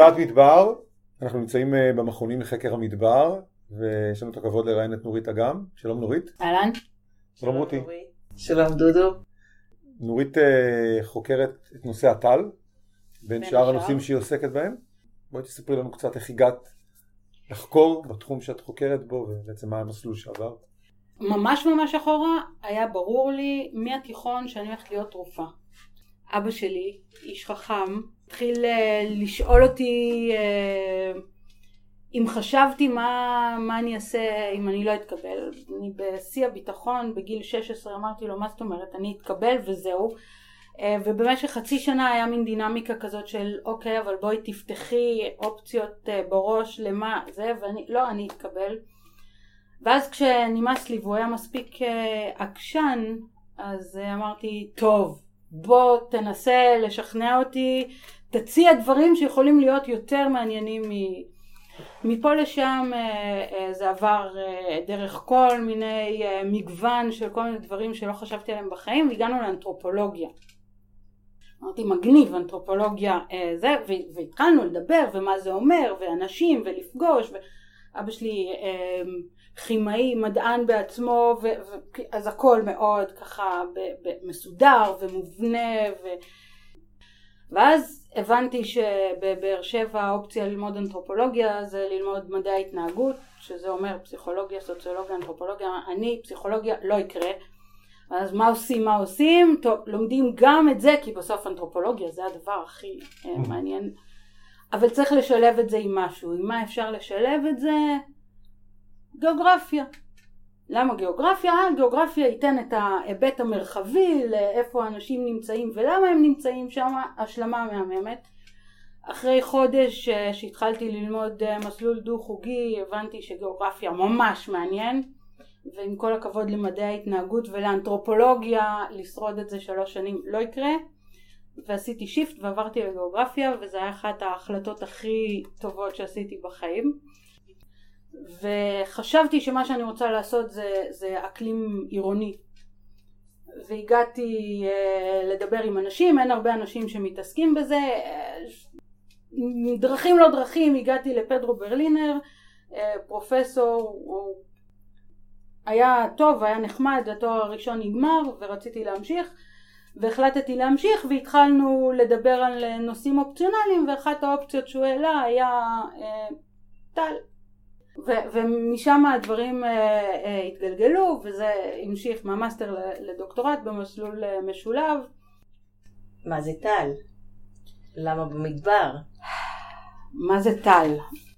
דעת מדבר, אנחנו נמצאים במכונים לחקר המדבר, ויש לנו את הכבוד לראיין את נורית אגם. שלום נורית. אהלן. שלום רותי. שלום דודו. נורית חוקרת את נושא הטל, בין שאר הנושאים שהיא עוסקת בהם. בואי תספרי לנו קצת איך הגעת לחקור בתחום שאת חוקרת בו, ובעצם מה המסלול שעברת. ממש אחורה היה ברור לי מהתיכון שאני הולכת להיות תרופה. אבא שלי, איש חכם, התחיל לשאול אותי אם חשבתי מה אני אעשה אם אני לא אתקבל. אני בשיא הביטחון, בגיל 16 אמרתי לו, מה זאת אומרת, אני אתקבל וזהו. ובמשך חצי שנה היה מין דינמיקה כזאת של אוקיי, אבל בואי תפתחי אופציות בראש למה זה, אני אתקבל. ואז כשנמאס לי והוא היה מספיק עקשן, אז אמרתי, טוב, בוא תנסה לשכנע אותי, תציע דברים שיכולים להיות יותר מעניינים מפה לשם. זה עבר דרך כל מיני מגוון של כל מיני דברים שלא חשבתי עליהם בחיים, והגענו לאנתרופולוגיה. אמרתי, מגניב, אנתרופולוגיה זה, והתחלנו לדבר ומה זה אומר, ואנשים ולפגוש, ואבא שלי כימאי, מדען בעצמו, אז הכל מאוד ככה מסודר ומובנה, ואז הבנתי שבבאר שבע האופציה ללמוד אנתרופולוגיה זה ללמוד מדעי התנהגות, שזה אומר פסיכולוגיה, סוציולוגיה, אנתרופולוגיה. אני פסיכולוגיה לא יקרה. אז מה עושים? טוב, לומדים גם את זה, כי בסוף אנתרופולוגיה זה הדבר הכי מעניין. אבל צריך לשלב את זה עם משהו. עם מה אפשר לשלב את זה? גיאוגרפיה. למה גיאוגרפיה? גיאוגרפיה ייתן את ההיבט המרחבי לאיפה האנשים נמצאים ולמה הם נמצאים שם, השלמה מהממת. אחרי חודש שהתחלתי ללמוד מסלול דו-חוגי, הבנתי שגיאוגרפיה ממש מעניין, ועם כל הכבוד למדעי ההתנהגות ולאנתרופולוגיה, לשרוד את זה 3 שנים לא יקרה. ועשיתי שיפט ועברתי לגיאוגרפיה, וזה היה אחת ההחלטות הכי טובות שעשיתי בחיים. וחשבתי שמה שאני רוצה לעשות זה אקלים עירוני. והגעתי לדבר עם אנשים, אין הרבה אנשים שמתעסקים בזה. דרכים לא דרכים, הגעתי לפדרו ברלינר, פרופסור, הוא היה טוב, היה נחמד, התואר הראשון נגמר ורציתי להמשיך. והחלטתי להמשיך והתחלנו לדבר על נושאים אופציונליים, ואחת האופציות שהוא העלה היה טל. ומשם הדברים התגלגלו, וזה המשיך מהמאסטר לדוקטורט במסלול משולב. מה זה טל? למה במדבר? מה זה טל?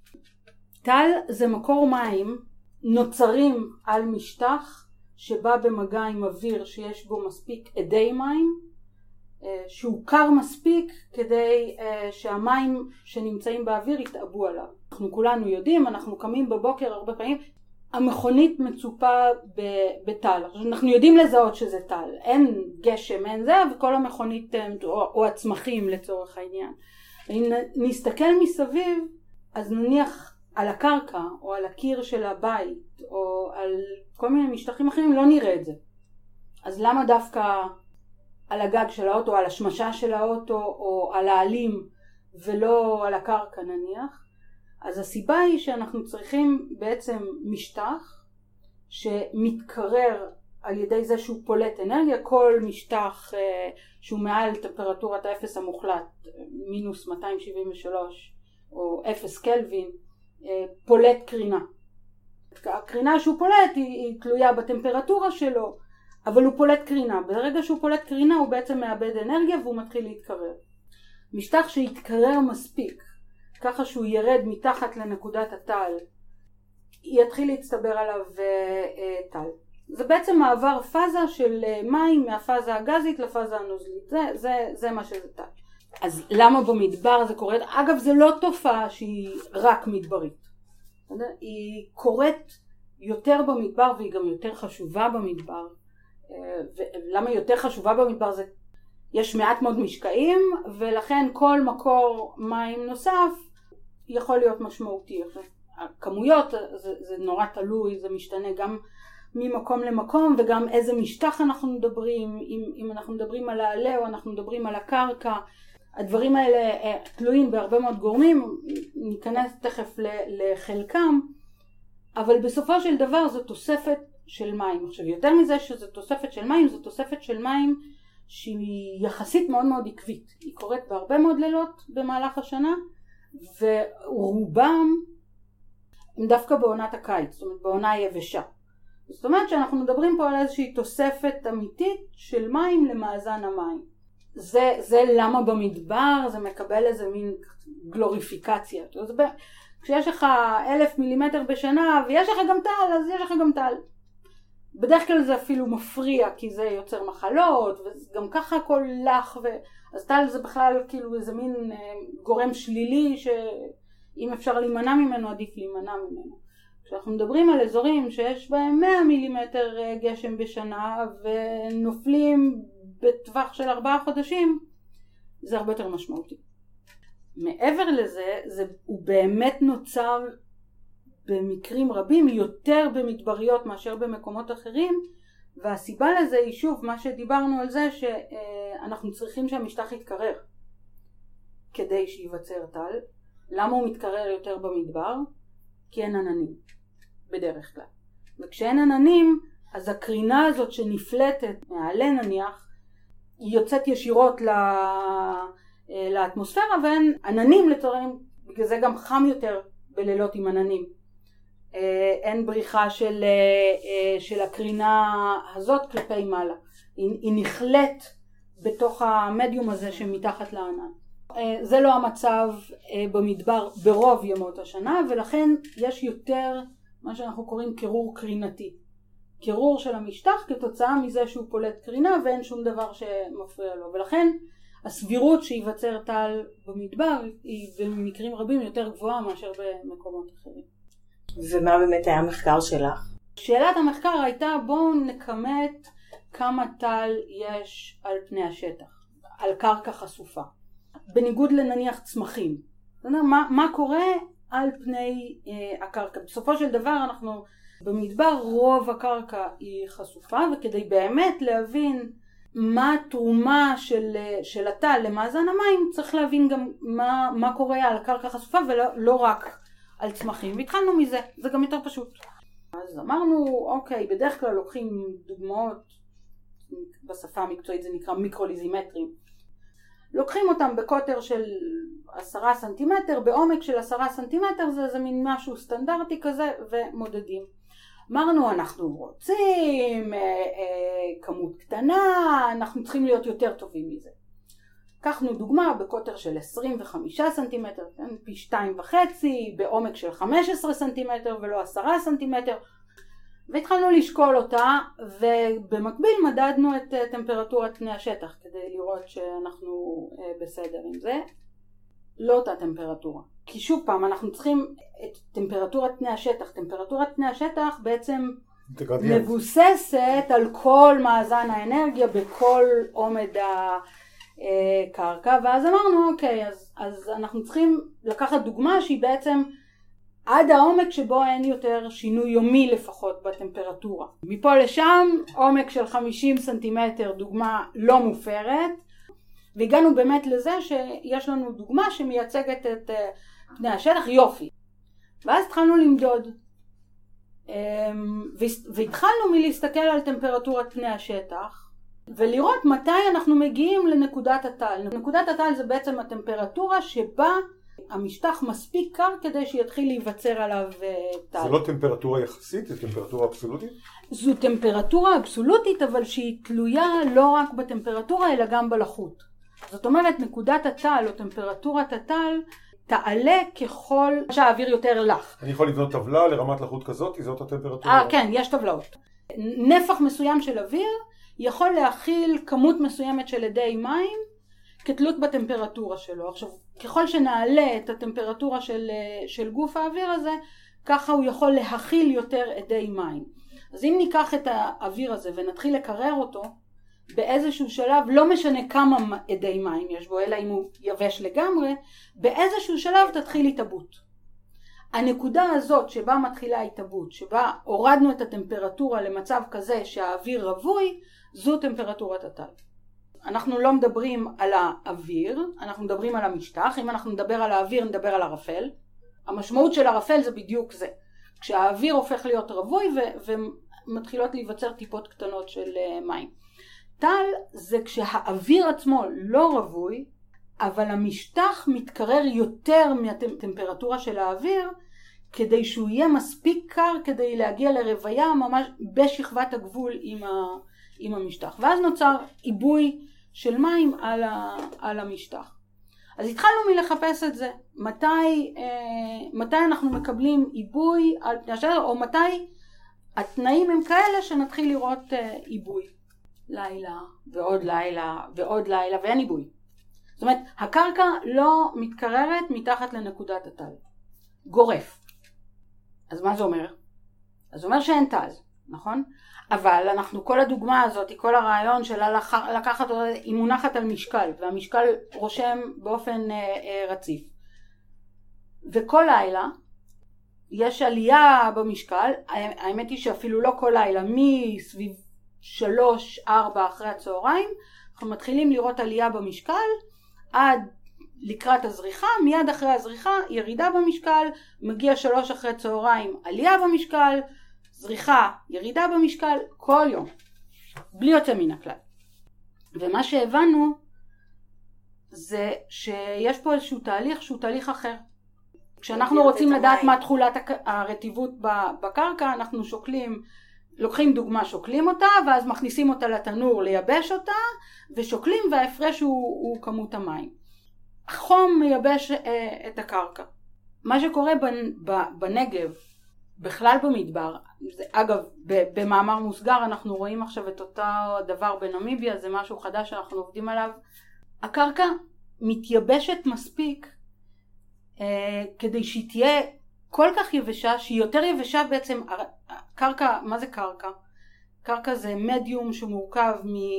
טל זה מקור מים נוצרים על משטח שבא במגע עם אוויר שיש בו מספיק אדי מים, שהוא קר מספיק כדי שהמים שנמצאים באוויר יתאבו עליו. אנחנו כולנו יודעים, אנחנו קמים בבוקר הרבה פעמים, המכונית מצופה בטל. אנחנו יודעים לזהות שזה טל, אין גשם, אין זה, וכל המכונית או הצמחים לצורך העניין. אם נסתכל מסביב, אז נניח על הקרקע או על הקיר של הבית או על כל מיני משטחים אחרים לא נראה את זה. אז למה דווקא על הגג של האוטו, על השמשה של האוטו או על העלים ולא על הקרקע נניח? אז הסיבה היא שאנחנו צריכים בעצם משטח שמתקרר על ידי זה שהוא פולט אנרגיה. כל משטח שהוא מעל טמפרטורת האפס המוחלט, מינוס 273 או 0 קלווין, פולט קרינה. הקרינה שהוא פולט היא תלויה בטמפרטורה שלו, אבל הוא פולט קרינה. ברגע שהוא פולט קרינה הוא בעצם מאבד אנרגיה והוא מתחיל להתקרר. משטח שיתקרר מספיק, ככה שהוא ירד מתחת לנקודת הטל, יתחיל להצטבר עליו טל. זה בעצם מעבר פאזה של מים מהפאזה הגזית לפאזה הנוזלית. זה מה שזה טל. אז למה במדבר זה קורה? אגב, זה לא תופעה שהיא רק מדברית. היא קורית יותר במדבר והיא גם יותר חשובה במדבר. ולמה היא יותר חשובה במדבר? זה יש מעט מאוד משקעים, ולכן כל מקור מים נוסף יכול להיות משמעותי. הכמויות זה נורא תלוי, זה משתנה גם ממקום למקום, וגם איזה משטח אנחנו מדברים, אם אנחנו מדברים על העלה או אנחנו מדברים על הקרקע. הדברים האלה תלויים בהרבה מאוד גורמים, ניכנס תכף לחלקם, אבל בסופו של דבר זו תוספת של מים. עכשיו יותר מזה שזו תוספת של מים, זו תוספת של מים שהיא יחסית מאוד מאוד עקבית. היא קורית בהרבה מאוד לילות במהלך השנה, ורובם הם דווקא בעונת הקיץ, זאת אומרת בעונה היבשה. זאת אומרת שאנחנו מדברים פה על איזושהי תוספת אמיתית של מים למאזן המים. זה למה במדבר זה מקבל איזה מין גלוריפיקציה. כשיש לך 1,000 מילימטר בשנה ויש לך גם טל, אז יש לך גם טל. בדרך כלל זה אפילו מפריע כי זה יוצר מחלות, וגם ככה הכל לח, אז טל זה בכלל כאילו איזה מין גורם שלילי שאם אפשר להימנע ממנו עדיף להימנע ממנו. כשאנחנו מדברים על אזורים שיש בהם 100 מילימטר גשם בשנה ונופלים בטווח של 4 חודשים, זה הרבה יותר משמעותי. מעבר לזה, הוא באמת נוצר במקרים רבים יותר במדבריות מאשר במקומות אחרים, והסיבה לזה היא שוב מה שדיברנו על זה שאנחנו צריכים שהמשטח יתקרר כדי שיווצר טל. למה הוא מתקרר יותר במדבר? כי אין עננים בדרך כלל, וכשאין עננים אז הקרינה הזאת שנפלטת מעלה נניח היא יוצאת ישירות לאטמוספירה, ואין עננים לצורים, בגלל זה גם חם יותר בלילות עם עננים. אין בריחה של הקרינה הזאת כלפי מעלה, היא נכלט בתוך המדיום הזה שמתחת לענן. זה לא המצב במדבר ברוב ימות השנה, ולכן יש יותר מה שאנחנו קוראים קירור קרינתי. קירור של המשטח כתוצאה מזה שהוא פולט קרינה ואין שום דבר שמפריע לו, ולכן הסבירות שיווצר טל במדבר היא במקרים רבים יותר גבוהה מאשר במקומות אחרים. ומה באמת היה המחקר שלך? שאלת המחקר הייתה בואו נכמת כמה טל יש על פני השטח, על קרקע חשופה. בניגוד לנניח צמחים. מה קורה על פני הקרקע? בסופו של דבר אנחנו במדבר רוב הקרקע היא חשופה, וכדי באמת להבין מה התרומה של הטל למאזן המים צריך להבין גם מה קורה על הקרקע חשופה ולא רק על צמחים, והתחלנו מזה, זה גם יותר פשוט. אז אמרנו אוקיי, בדרך כלל לוקחים דוגמאות, בשפה המקצועית זה נקרא מיקרוליזימטרים, לוקחים אותם בקוטר של 10 סנטימטר, בעומק של 10 סנטימטר, זה מין משהו סטנדרטי כזה, ומודדים. אמרנו אנחנו רוצים כמות קטנה, אנחנו צריכים להיות יותר טובים מזה. לקחנו דוגמה בקוטר של 25 סנטימטר, פי 2.5, בעומק של 15 סנטימטר ולא 10 סנטימטר, והתחלנו לשקול אותה, ובמקביל מדדנו את טמפרטורת פני השטח כדי לראות שאנחנו בסדר עם זה. לא אותה טמפרטורה, כי שוב פעם אנחנו צריכים את טמפרטורת פני השטח. טמפרטורת פני השטח בעצם מבוססת על כל מאזן האנרגיה בכל עומד הקרקע, ואז אמרנו אוקיי, אז אנחנו צריכים לקחת דוגמה שהיא בעצם עד העומק שבו אין יותר שינוי יומי לפחות בטמפרטורה. מפה לשם עומק של 50 סנטימטר, דוגמה לא מופרת, והגענו באמת לזה שיש לנו דוגמה שמייצגת את פני השטח, יופי. ואז התחלנו למדוד, והתחלנו מלהסתכל על טמפרטורת פני השטח, ולראות מתי אנחנו מגיעים לנקודת הטל. נקודת הטל זה בעצם הטמפרטורה שבה המשטח מספיק קר כדי שיתחיל להיווצר עליו טל. זה לא טמפרטורה יחסית, זה טמפרטורה אבסולוטית? זו טמפרטורה אבסולוטית, אבל שהיא תלויה לא רק בטמפרטורה אלא גם בלחות. זאת אומרת, נקודת הטל או טמפרטורת הטל תעלה ככל שהאוויר יותר לח. אני יכול לבנות טבלה לרמת לחות כזאת, זאת הטמפרטורה? כן, יש טבלאות. נפח מסוים של אוויר יכול להכיל כמות מסוימת של אדי מים כתלות בטמפרטורה שלו. עכשיו, ככל שנעלה את הטמפרטורה של גוף האוויר הזה, ככה הוא יכול להכיל יותר אדי מים. אז אם ניקח את האוויר הזה ונתחיל לקרר אותו, באיזשהו שלב, לא משנה כמה אדי מים יש בו, אלא אם הוא יבש לגמרי, באיזשהו שלב תתחיל התאבות. הנקודה הזאת שבה מתחילה התאבות, שבה הורדנו את הטמפרטורה למצב כזה שהאוויר רווי, זו טמפרטורת הטל. אנחנו לא מדברים על האוויר, אנחנו מדברים על המשטח. אם אנחנו נדבר על האוויר, נדבר על ערפל. המשמעות של ערפל זה בדיוק זה. כשהאוויר הופך להיות רווי ומתחילות להיווצר טיפות קטנות של מים. טל זה כשהאוויר עצמו לא רווי, אבל המשטח מתקרר יותר מהטמפרטורה של האוויר, כדי שהוא יהיה מספיק קר כדי להגיע לרוויה ממש בשכבת הגבול עם המשטח. ואז נוצר עיבוי של מים על המשטח. אז התחלנו מלחפש את זה. מתי אנחנו מקבלים עיבוי על פני השטח, או מתי התנאים הם כאלה שנתחיל לראות עיבוי. לילה ועוד לילה ועוד לילה ואין עיבוי. זאת אומרת, הקרקע לא מתקררת מתחת לנקודת הטל. גורף. אז מה זה אומר? אז זה אומר שאין טל, נכון? אבל אנחנו, כל הדוגמה הזאת, כל הרעיון שלה לקחת, היא מונחת על משקל, והמשקל רושם באופן רציף. וכל לילה יש עלייה במשקל, האמת היא שאפילו לא כל לילה, מסביב 3-4 אחרי הצהריים, אנחנו מתחילים לראות עלייה במשקל, עד לקראת הזריחה, מיד אחרי הזריחה, ירידה במשקל, מגיע 3 אחרי צהריים, עלייה במשקל, זריחה, ירידה במשקל, כל יום, בלי יוצא מן הכלל. ומה שהבנו, זה שיש פה איזשהו תהליך שהוא תהליך אחר. כשאנחנו רוצים לדעת מה תכולת הרטיבות בקרקע, אנחנו לוקחים דוגמה, שוקלים אותה, ואז מכניסים אותה לתנור לייבש אותה, ושוקלים, וההפרש הוא כמות המים. החום מייבש את הקרקע. מה שקורה בנגב, בכלל במדבר, אגב, במאמר מוסגר אנחנו רואים עכשיו את אותו דבר בנמיביה, זה משהו חדש שאנחנו עובדים עליו. הקרקע מתייבשת מספיק כדי שהיא תהיה כל כך יבשה, שהיא יותר יבשה בעצם. קרקע, מה זה קרקע? קרקע זה מדיום שמורכב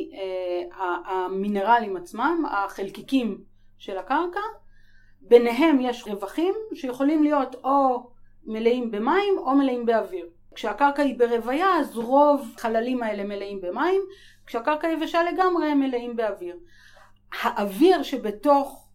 מהמינרלים עצמם, החלקיקים של הקרקע. ביניהם יש רווחים שיכולים להיות או מלאים במים או מלאים באוויר. כשהקרקע היא ברוויה, אז רוב חללים האלה מלאים במים, כשהקרקע יבשה לגמרי הם מלאים באוויר. האוויר שבתוך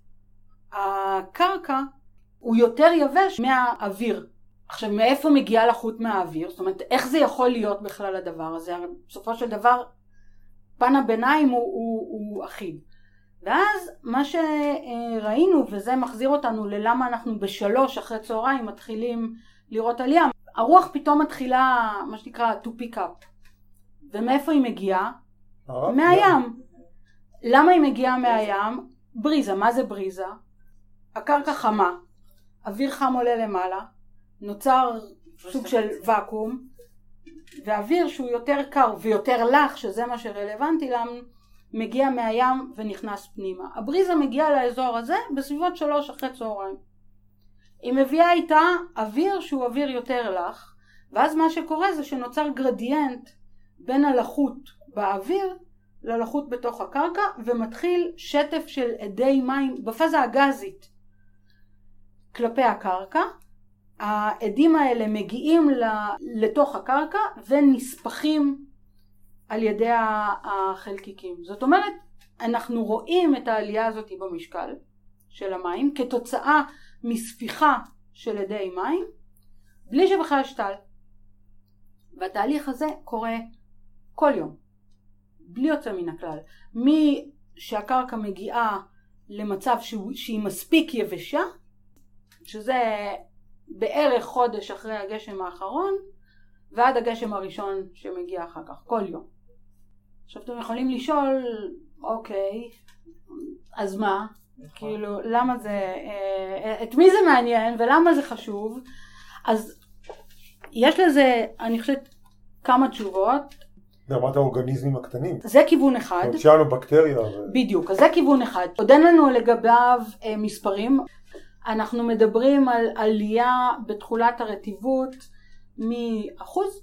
הקרקע הוא יותר יבש מהאוויר. עכשיו, מאיפה מגיעה לחות מהאוויר? זאת אומרת, איך זה יכול להיות בכלל הדבר הזה? בסופו של דבר, פן הביניים הוא אחיד. ואז מה שראינו, וזה מחזיר אותנו ללמה אנחנו ב3 אחרי צהריים מתחילים לראות עלייה, הרוח פתאום מתחילה, מה שנקרא, to pick up. ומאיפה היא מגיעה? מהים. למה היא מגיעה מהים? בריזה. מה זה בריזה? הקרקע חמה, אוויר חם עולה למעלה, נוצר סוג של וקום, והאוויר שהוא יותר קר ויותר לח, שזה מה שרלוונטי לנו, מגיע מהים ונכנס פנימה. הבריזה מגיעה לאזור הזה בסביבות 3 אחרי צהריים. היא מביאה איתה אוויר שהוא אוויר יותר לח, ואז מה שקורה זה שנוצר גרדיאנט בין הלחות באוויר ללחות בתוך הקרקע, ומתחיל שטף של אדי מים בפאזה הגזית כלפי הקרקע. העדים האלה מגיעים לתוך הקרקע ונספחים על ידי החלקיקים. זאת אומרת, אנחנו רואים את העלייה הזאת במשקל של המים כתוצאה מספיחה של אדי מים, בלי שבכלל יש טל. והתהליך הזה קורה כל יום, בלי יוצא מן הכלל. שהקרקע מגיעה למצב שהיא מספיק יבשה, שזה בערך חודש אחרי הגשם האחרון, ועד הגשם הראשון שמגיע אחר כך, כל יום. עכשיו אתם יכולים לשאול, אוקיי, אז מה? כאילו, למה זה, את מי זה מעניין ולמה זה חשוב? אז יש לזה, אני חושבת, כמה תשובות. ברמת האורגניזמים הקטנים. זה כיוון אחד. שאנו בקטריה. בדיוק, אז זה כיוון אחד. עוד אין לנו לגביו מספרים. אנחנו מדברים על עלייה בתכולת הרטיבות מאחוז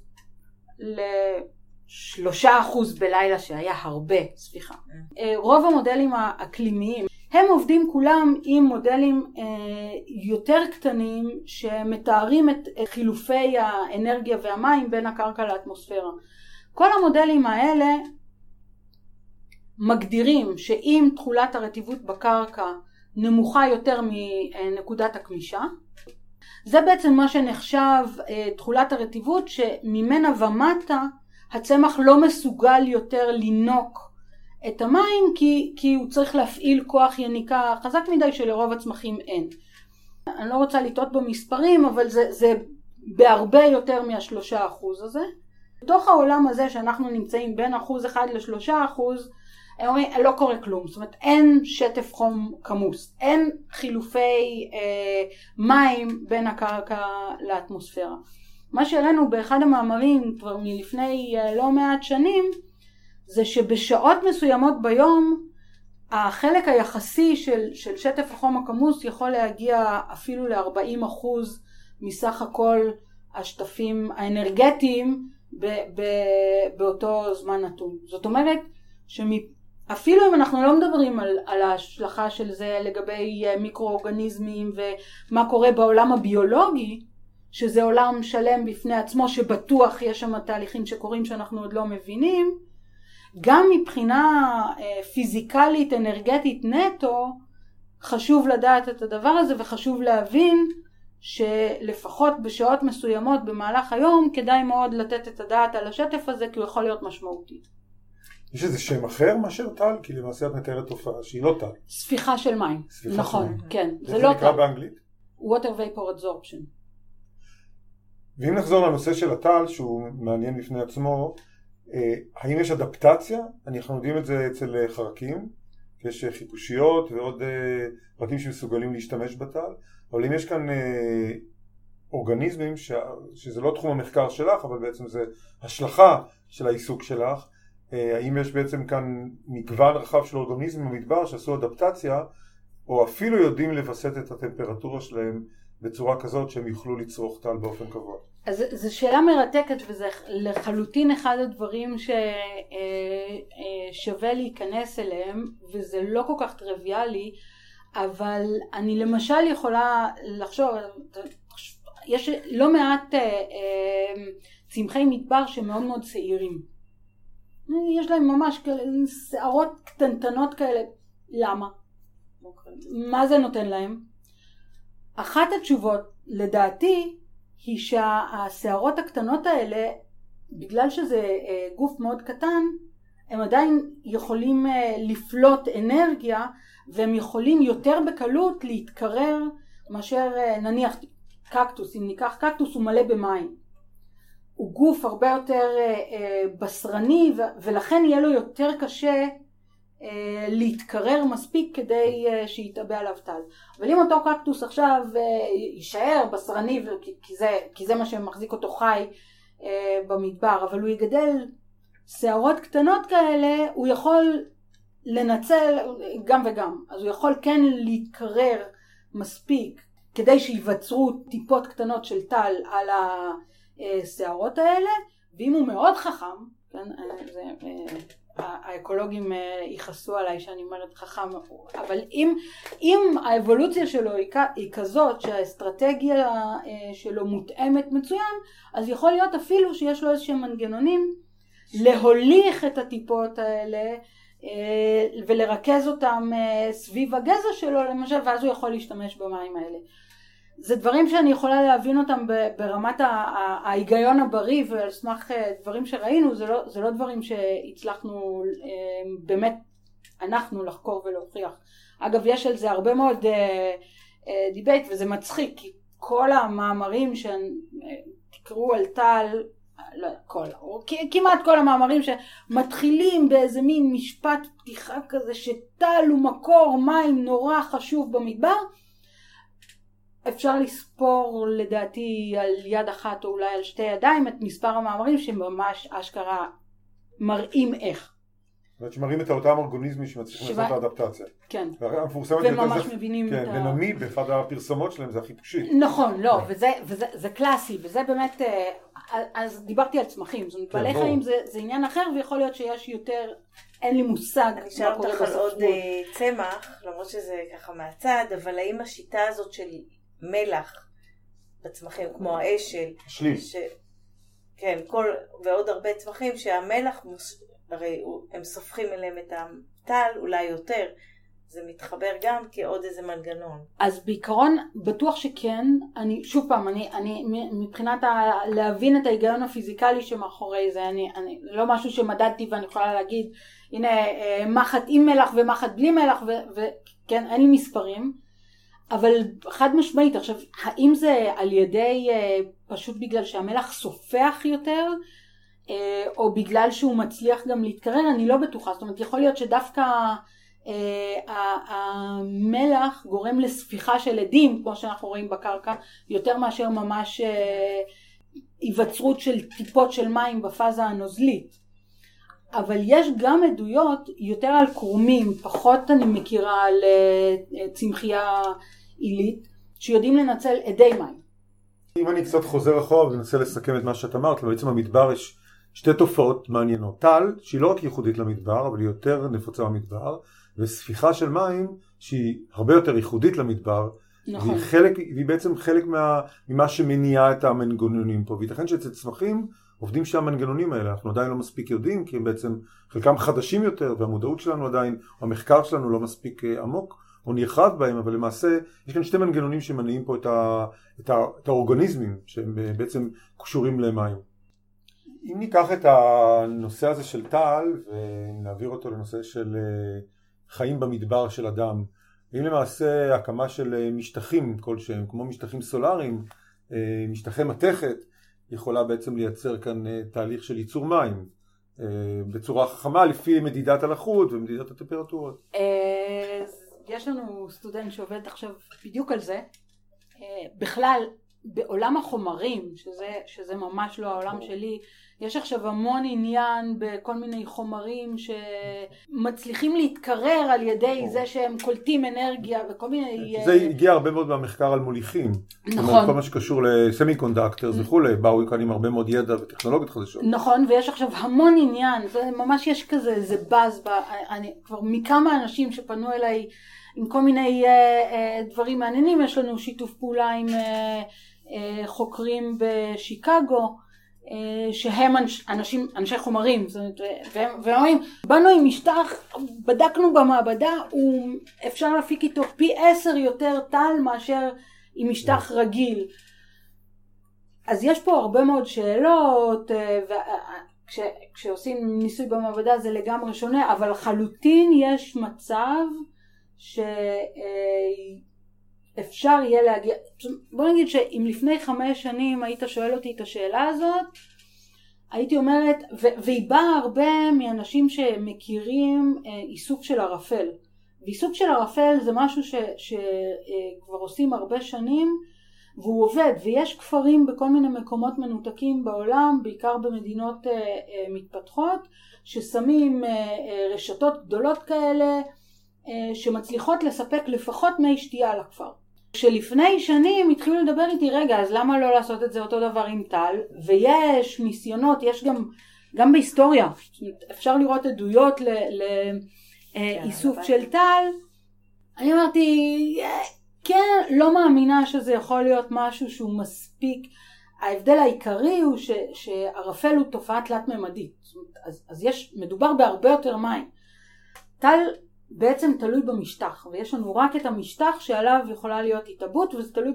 ל3% בלילה, שהיה הרבה, סליחה. רוב המודלים האקלימיים, הם עובדים כולם עם מודלים יותר קטנים שמתארים את חילופי האנרגיה והמים בין הקרקע לאטמוספירה. כל המודלים האלה מגדירים שאם תכולת הרטיבות בקרקע נמוכה יותר מנקודת הכמישה, זה בעצם מה שנחשב תכולת הרטיבות שממנה ומטה הצמח לא מסוגל יותר לינוק את המים כי הוא צריך להפעיל כוח יניקה חזק מדי שלרוב הצמחים אין. אני לא רוצה לטעות במספרים, אבל זה בהרבה יותר מה3% הזה. בתוך העולם הזה שאנחנו נמצאים בין 1% ל3%, לא קורה כלום. זאת אומרת, אין שטף חום כמוס, אין חילופי מים בין הקרקע לאטמוספירה. מה שהראינו באחד המאמרים כבר מלפני לא מעט שנים, זה שבשעות מסוימות ביום, החלק היחסי של שטף החום הכמוס יכול להגיע אפילו ל-40% מסך הכל השטפים האנרגטיים באותו זמן נתון. זאת אומרת, אפילו אם אנחנו לא מדברים על ההשלכה של זה לגבי מיקרואורגניזמים ומה קורה בעולם הביולוגי, שזה עולם שלם בפני עצמו שבטוח יש שם תהליכים שקורים שאנחנו עוד לא מבינים, גם מבחינה פיזיקלית, אנרגטית נטו, חשוב לדעת את הדבר הזה וחשוב להבין שלפחות בשעות מסוימות במהלך היום כדאי מאוד לתת את הדעת על השטף הזה כי הוא יכול להיות משמעותי. יש איזה שם אחר מאשר טל? כי למעשה את מתארת תופעה שהיא לא טל. ספיחה של מים. נכון, כן. זה לא נקרא באנגלית? Water Vapor Adsorption. ואם נחזור לנושא של הטל שהוא מעניין לפני עצמו, האם יש אדפטציה? אנחנו יודעים את זה אצל חרקים, יש חיפושיות ועוד פרטים שמסוגלים להשתמש בטל, אבל אם יש כאן אורגניזמים שזה לא תחום המחקר שלך, אבל בעצם זה השלכה של העיסוק שלך, האם יש בעצם כאן מגוון רחב של אורגניזמים במדבר שעשו אדפטציה, או אפילו יודעים לווסת את הטמפרטורה שלהם בצורה כזאת שהם יוכלו לצרוך טל באופן קבוע? אז זו שאלה מרתקת, וזה לחלוטין אחד הדברים ששווה להיכנס אליהם, וזה לא כל כך טריוויאלי, אבל אני למשל יכולה לחשוב, יש לא מעט צמחי מדבר שמאוד מאוד צעירים. יש להם ממש שערות קטנטנות כאלה. למה? מה זה נותן להם? אחת התשובות לדעתי היא שהשערות הקטנות האלה, בגלל שזה גוף מאוד קטן, הם עדיין יכולים לפלוט אנרגיה, והם יכולים יותר בקלות להתקרר מאשר נניח קקטוס. אם ניקח קקטוס הוא מלא במים. הוא גוף הרבה יותר בשרני, ולכן יהיה לו יותר קשה להתקרר מספיק כדי שיתאבא עליו טל. אבל אם אותו קקטוס עכשיו יישאר בשרני, כי זה מה שמחזיק אותו חי במדבר, אבל הוא יגדל שערות קטנות כאלה, הוא יכול לנצל גם וגם. אז הוא יכול כן להתקרר מספיק כדי שיווצרו טיפות קטנות של טל על השערות האלה, ואם הוא מאוד חכם, כן, האקולוגים יכעסו עליי שאני אומרת חכם, אבל אם האבולוציה שלו היא כזאת שהאסטרטגיה שלו מותאמת מצוין, אז יכול להיות אפילו שיש לו איזשהם מנגנונים להוליך את הטיפות האלה ולרכז אותם סביב הגזע שלו למשל, ואז הוא יכול להשתמש במים האלה. זה דברים שאני יכולה להבין אותם ברמת ההיגיון הבריא, ועל סמך דברים שראינו, זה לא דברים שהצלחנו באמת אנחנו לחקור ולהוכיח. אגב, יש על זה הרבה מאוד דיבייט, וזה מצחיק, כי כל המאמרים שתקראו על טל, כמעט כל המאמרים שמתחילים באיזה מין משפט פתיחה כזה, שטל הוא מקור מים נורא חשוב במדבר, אפשר לספור לדעתי על יד אחת או אולי על שתי ידיים את מספר המאמרים שממש אשכרה מראים איך. זאת אומרת שמראים את אותם אורגניזמים שמצליחים לעשות האדפטציה. כן. וממש מבינים את ה... ונמי באחד הפרסומות שלהם זה החיפושית. נכון, לא, וזה קלאסי, וזה באמת, אז דיברתי על צמחים, זאת אומרת, בעלי חיים זה עניין אחר, ויכול להיות שיש יותר, אין לי מושג. אני אשאל אותך על עוד צמח, למרות שזה ככה מהצד, אבל האם השיטה הזאת של מלח בצמחים כמו האשל, שליל, כן, ועוד הרבה צמחים שהמלח הרי הם סופחים אליהם את הטל, אולי יותר. זה מתחבר גם כעוד איזה מנגנון. אז בעיקרון בטוח שכן. אני שוב פעם, אני מבחינת להבין את ההיגיון הפיזיקלי שמאחורי זה, אני לא משהו שמדדתי ואני יכולה להגיד הנה מחט עם מלח ומחט בלי מלח, וכן, אין לי מספרים, אבל חד משמעית. עכשיו, האם זה על ידי פשוט בגלל שהמלח סופח יותר, או בגלל שהוא מצליח גם להתקרר, אני לא בטוחה. זאת אומרת, יכול להיות שדווקא המלח גורם לספיחה של עדים, כמו שאנחנו רואים בקרקע, יותר מאשר ממש היווצרות של טיפות של מים בפאזה הנוזלית. אבל יש גם עדויות יותר על קרומים, פחות אני מכירה על צמחייה עילית, שיודעים לנצל עדי מים. אם אני קצת חוזר אחורה וננסה לסכם את מה שאת אמרת, בעצם המדבר יש שתי תופעות מעניינות. טל, שהיא לא רק ייחודית למדבר, אבל היא יותר נפוצה במדבר, וספיחה של מים, שהיא הרבה יותר ייחודית למדבר, נכון. והיא בעצם חלק ממה שמניע את המנגנונים פה. וייתכן שאצל צמחים עובדים שהמנגנונים האלה, אנחנו עדיין לא מספיק יודעים, כי הם בעצם חלקם חדשים יותר, והמודעות שלנו עדיין, המחקר שלנו לא מספיק עמוק, או נרחב בהם, אבל למעשה יש כאן שתי מנגנונים שמניעים פה את האורגניזמים, שהם בעצם קשורים למים. אם ניקח את הנושא הזה של טל, ונעביר אותו לנושא של חיים במדבר של אדם, אם למעשה הקמה של משטחים כלשהם, כמו משטחים סולאריים, משטחי מתכת, יכולה בעצם לייצר כאן תהליך של ייצור מים, בצורה חכמה לפי מדידת הלחות ומדידת הטמפרטורות. יש לנו סטודנט שעובד עכשיו בדיוק על זה. בכלל, בעולם החומרים, שזה ממש לא העולם שלי, יש עכשיו המון עניין בכל מיני חומרים שמצליחים להתקרר על ידי זה שהם קולטים אנרגיה וכל מיני... זה הגיע הרבה מאוד במחקר על מוליכים. נכון. כל מה שקשור לסמי-קונדקטורס וכולי, באו כאן עם הרבה מאוד ידע וטכנולוגיות חדשות. נכון, ויש עכשיו המון עניין, וממש יש כזה, זה באז, כבר מכמה אנשים שפנו אליי עם כל מיני דברים מעניינים. יש לנו שיתוף פעולה עם חוקרים בשיקגו, שהם אנשי חומרים, והם אומרים, באנו עם משטח, בדקנו במעבדה, אפשר להפיק איתו פי 10 יותר טל מאשר עם משטח רגיל. אז יש פה הרבה מאוד שאלות, כשעושים ניסוי במעבדה זה לגמרי שונה, אבל לחלוטין יש מצב אפשר יהיה להגיע. בוא נגיד שאם לפני 5 שנים היית שואל אותי את השאלה הזאת, הייתי אומרת, והיא באה הרבה מאנשים שמכירים עיסוק של ערפל. ועיסוק של ערפל זה משהו שכבר עושים הרבה שנים, והוא עובד, ויש כפרים בכל מיני מקומות מנותקים בעולם, בעיקר במדינות מתפתחות, ששמים רשתות גדולות כאלה, שמצליחות לספק לפחות מי שתייה לכפר. כשלפני שנים התחילו לדבר איתי, רגע, אז למה לא לעשות את זה אותו דבר עם טל? ויש ניסיונות, יש גם בהיסטוריה, אפשר לראות עדויות לאיסוף של טל. אני אמרתי, כן, לא מאמינה שזה יכול להיות משהו שהוא מספיק. ההבדל העיקרי הוא שערפל הוא תופעה תלת-ממדית. אז מדובר בהרבה יותר מים. טל בעצם תלוי במשטח, ויש לנו רק את המשטח שעליו יכולה להיות התאבות, וזה תלוי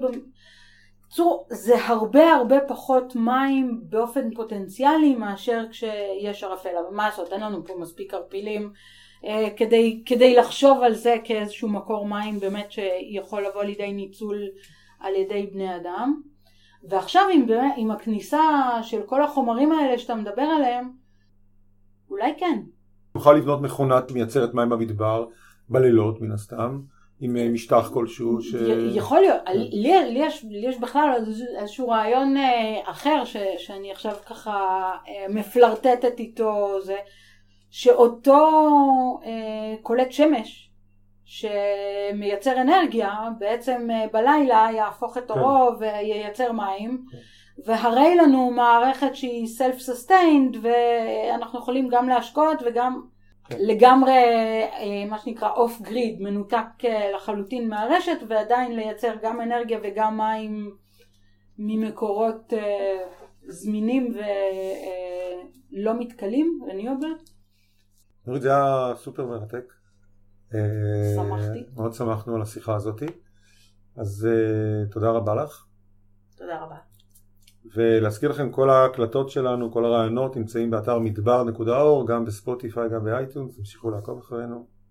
זה הרבה פחות מים באופן פוטנציאלי מאשר כשיש ערפל. אבל מה לעשות, אין לנו פה מספיק ערפילים כדי לחשוב על זה כאיזשהו מקור מים באמת שיכול לבוא לידי ניצול על ידי בני אדם. ועכשיו עם הכניסה של כל החומרים האלה שאתה מדבר עליהם, אולי כן. נוכל לבנות מכונת מייצרת מים במדבר בלילות מן הסתם, עם משטח כלשהו יכול להיות. לי יש בכלל איזשהו רעיון אחר שאני עכשיו ככה מפלרטטת איתו, זה שאותו קולט שמש שמייצר אנרגיה בעצם בלילה יהפוך את אורו וייצר מים, והרי לנו מערכת שהיא self-sustained, ואנחנו יכולים גם להשקות וגם לגמרי מה שנקרא off grid, מנותק לחלוטין מהרשת, ועדיין לייצר גם אנרגיה וגם מים ממקורות זמינים ולא מתכלים, renewable. נורית, זה היה סופר מרתק. שמחתי. מאוד שמחנו על השיחה הזאת. אז תודה רבה לך. תודה רבה. ולהזכיר לכם, כל ההקלטות שלנו, כל הרעיונות נמצאים באתר מדבר.org, גם בספוטיפיי, גם באייטונס. תמשיכו לעקוב אחרינו.